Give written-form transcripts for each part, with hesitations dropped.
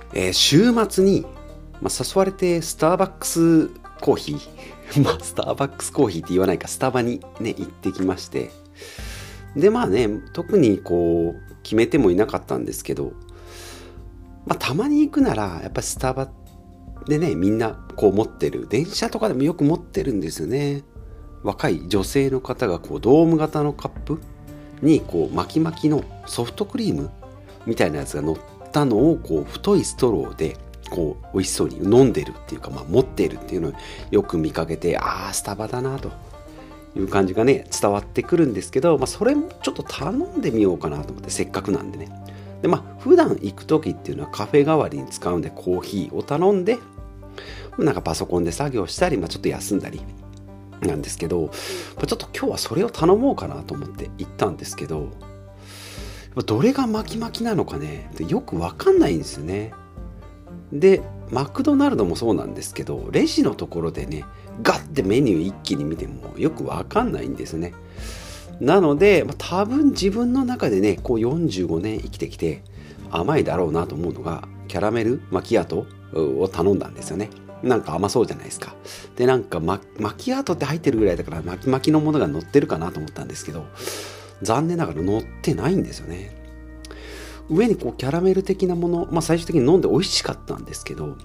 週末に、誘われてスターバックスコーヒースターバックスコーヒーって言わないか、スタバにね行ってきまして、で特に決めてもいなかったんですけど、たまに行くならやっぱりスタバでね、みんな持ってる、電車とかでもよく持ってるんですよね。若い女性の方がドーム型のカップに巻き巻きのソフトクリームみたいなやつが乗ったのを太いストローで美味しそうに飲んでるっていうか、持っているっていうのをよく見かけて、スタバだなという感じがね伝わってくるんですけど、それもちょっと頼んでみようかなと思って、せっかくなんでね。で普段行く時っていうのはカフェ代わりに使うんで、コーヒーを頼んでパソコンで作業したり、ちょっと休んだりなんですけど、ちょっと今日はそれを頼もうかなと思って行ったんですけど、どれが巻き巻きなのかねよく分かんないんですよね。でマクドナルドもそうなんですけど、レジのところでねガッてメニュー一気に見てもよく分かんないんですね。なので、多分自分の中でね45年生きてきて甘いだろうなと思うのが、キャラメルマキアートを頼んだんですよね。甘そうじゃないですか。でマキアートって入ってるぐらいだから、巻き巻きのものが乗ってるかなと思ったんですけど、残念ながら乗ってないんですよね。上にキャラメル的なもの、最終的に飲んで美味しかったんですけど、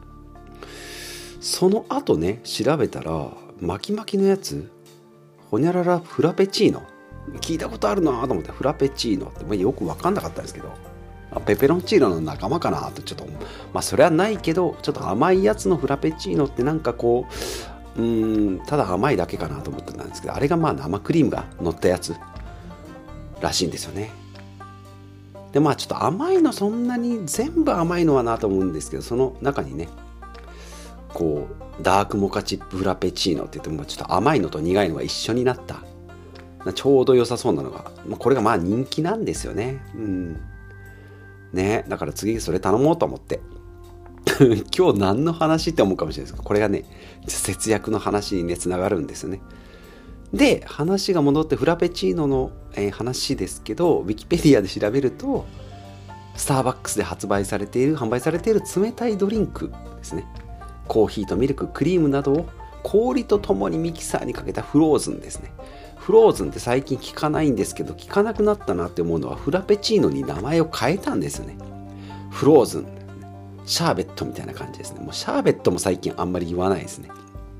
その後ね調べたら、巻き巻きのやつ、ホニャララフラペチーノ、聞いたことあるなと思って、フラペチーノって、よく分かんなかったんですけど、ペペロンチーノの仲間かなとちょっと、それはないけど、ちょっと甘いやつのフラペチーノってただ甘いだけかなと思ってたんですけど、あれが生クリームが乗ったやつらしいんですよね。でちょっと甘いの、そんなに全部甘いのはなと思うんですけど、その中にねダークモカチップフラペチーノって言っても、ちょっと甘いのと苦いのが一緒になったちょうど良さそうなのが、これが人気なんですよね。だから次それ頼もうと思って今日何の話って思うかもしれないですけど、これがね節約の話にねつながるんですよね。で話が戻って、フラペチーノの、話ですけど、ウィキペディアで調べると、スターバックスで販売されている冷たいドリンクですね。コーヒーとミルク、クリームなどを氷とともにミキサーにかけたフローズンですね。フローズンって最近聞かないんですけど、聞かなくなったなって思うのは、フラペチーノに名前を変えたんですよね。フローズン、シャーベットみたいな感じですね。もうシャーベットも最近あんまり言わないですね。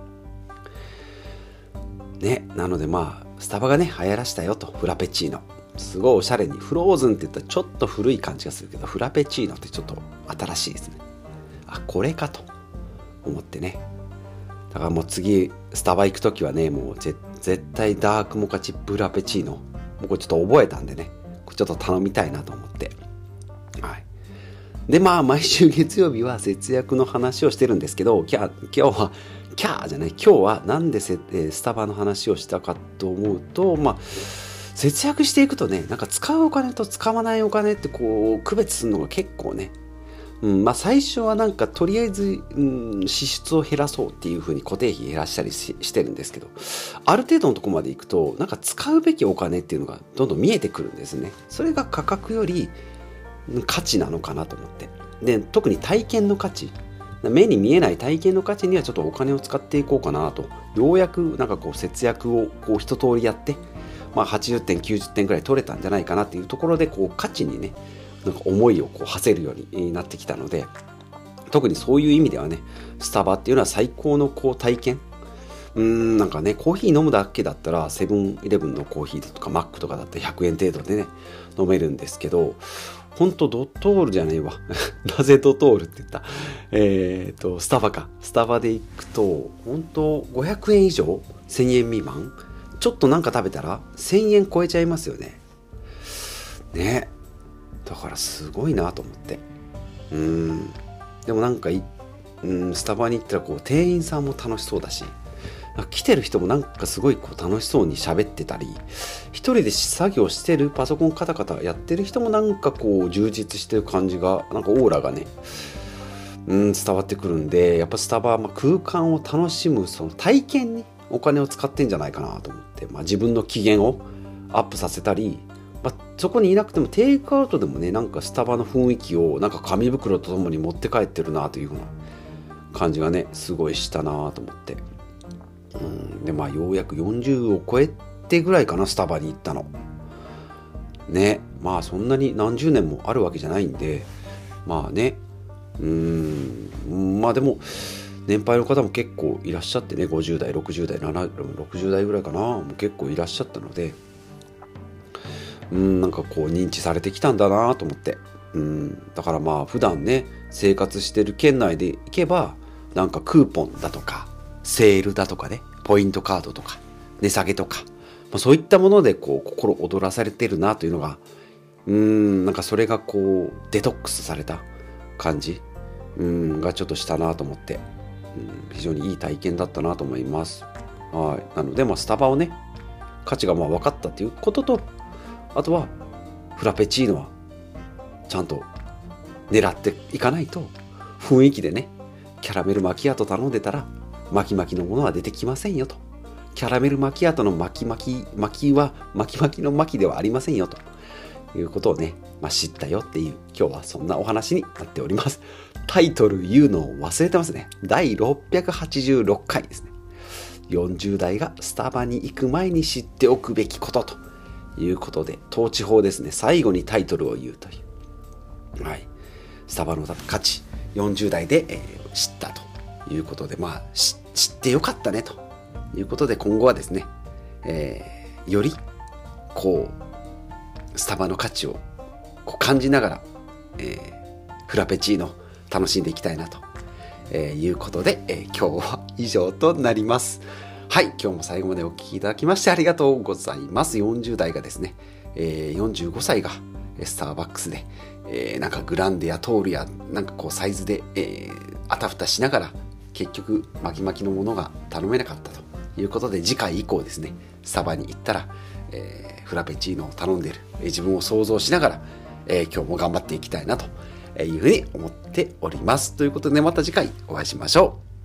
なのでスタバがね流行らしたよと、フラペチーノすごいおしゃれに、フローズンって言ったらちょっと古い感じがするけど、フラペチーノってちょっと新しいですね。これかと思ってね。だからもう次スタバ行くときはね、もう絶対ダークモカチップフラペチーノ、もうこれちょっと覚えたんでね、ちょっと頼みたいなと思って、で毎週月曜日は節約の話をしてるんですけど、今日はなんでスタバの話をしたかと思うと、節約していくとね、使うお金と使わないお金って区別するのが結構ね、最初はとりあえず、支出を減らそうっていう風に固定費減らしたりしてるんですけど、ある程度のところまでいくと使うべきお金っていうのがどんどん見えてくるんですね。それが価格より価値なのかなと思って。で特に体験の価値、目に見えない体験の価値にはちょっとお金を使っていこうかなと。ようやく節約を一通りやって、80点90点ぐらい取れたんじゃないかなっていうところで、価値にね思いを馳せるようになってきたので、特にそういう意味ではね、スタバっていうのは最高の体験。コーヒー飲むだけだったらセブンイレブンのコーヒーとかマックとかだったら100円程度でね飲めるんですけど、ほんとドトールじゃねえわなぜドトールって言った、スタバで行くとほんと500円以上、1000円未満、ちょっと食べたら1000円超えちゃいますよね。だからすごいなと思って。でもスタバに行ったら店員さんも楽しそうだし、来てる人もすごい楽しそうに喋ってたり、一人で作業してる、パソコンカタカタやってる人も充実してる感じが、オーラがね伝わってくるんで、やっぱスタバは空間を楽しむその体験にお金を使ってんじゃないかなと思って、自分の機嫌をアップさせたり、 そこにいなくてもテイクアウトでもね、なんかスタバの雰囲気をなんか紙袋とともに持って帰ってるなというふうな感じがねすごいしたなと思って、でようやく40を超えてぐらいかな、スタバに行ったのね。そんなに何十年もあるわけじゃないんで、ね、でも年配の方も結構いらっしゃってね、50代60代60代ぐらいかな、もう結構いらっしゃったので、なんかこう認知されてきたんだなと思って、だから普段ね生活してる県内で行けばなんかクーポンだとかセールだとかね、ポイントカードとか値下げとか、そういったものでこう心躍らされてるなというのが、なんかそれがこうデトックスされた感じがちょっとしたなと思って、非常にいい体験だったなと思います。なのでスタバをね価値が分かったということと、あとはフラペチーノはちゃんと狙っていかないと、雰囲気でねキャラメルマキアート頼んでたらマキマキのものは出てきませんよと、キャラメルマキアートのマキマキはマキマキのマキではありませんよということをね、知ったよっていう今日はそんなお話になっております。タイトル言うのを忘れてますね。第686回ですね。40代がスタバに行く前に知っておくべきことということで、統治法ですね。最後にタイトルを言うという、スタバの価値40代で、知ったということで、知ってよかったねということで、今後はですね、よりこうスタバの価値をこう感じながら、フラペチーノ楽しんでいきたいなと、いうことで、今日は以上となります。今日も最後までお聞きいただきましてありがとうございます。40代がですね、45歳がスターバックスで、なんかグランデやトールやなんかこうサイズで、あたふたしながら結局マキマキのものが頼めなかったということで、次回以降ですねスタバに行ったら、フラペチーノを頼んでいる自分を想像しながら、今日も頑張っていきたいなというふうに思っております。ということで、また次回お会いしましょう。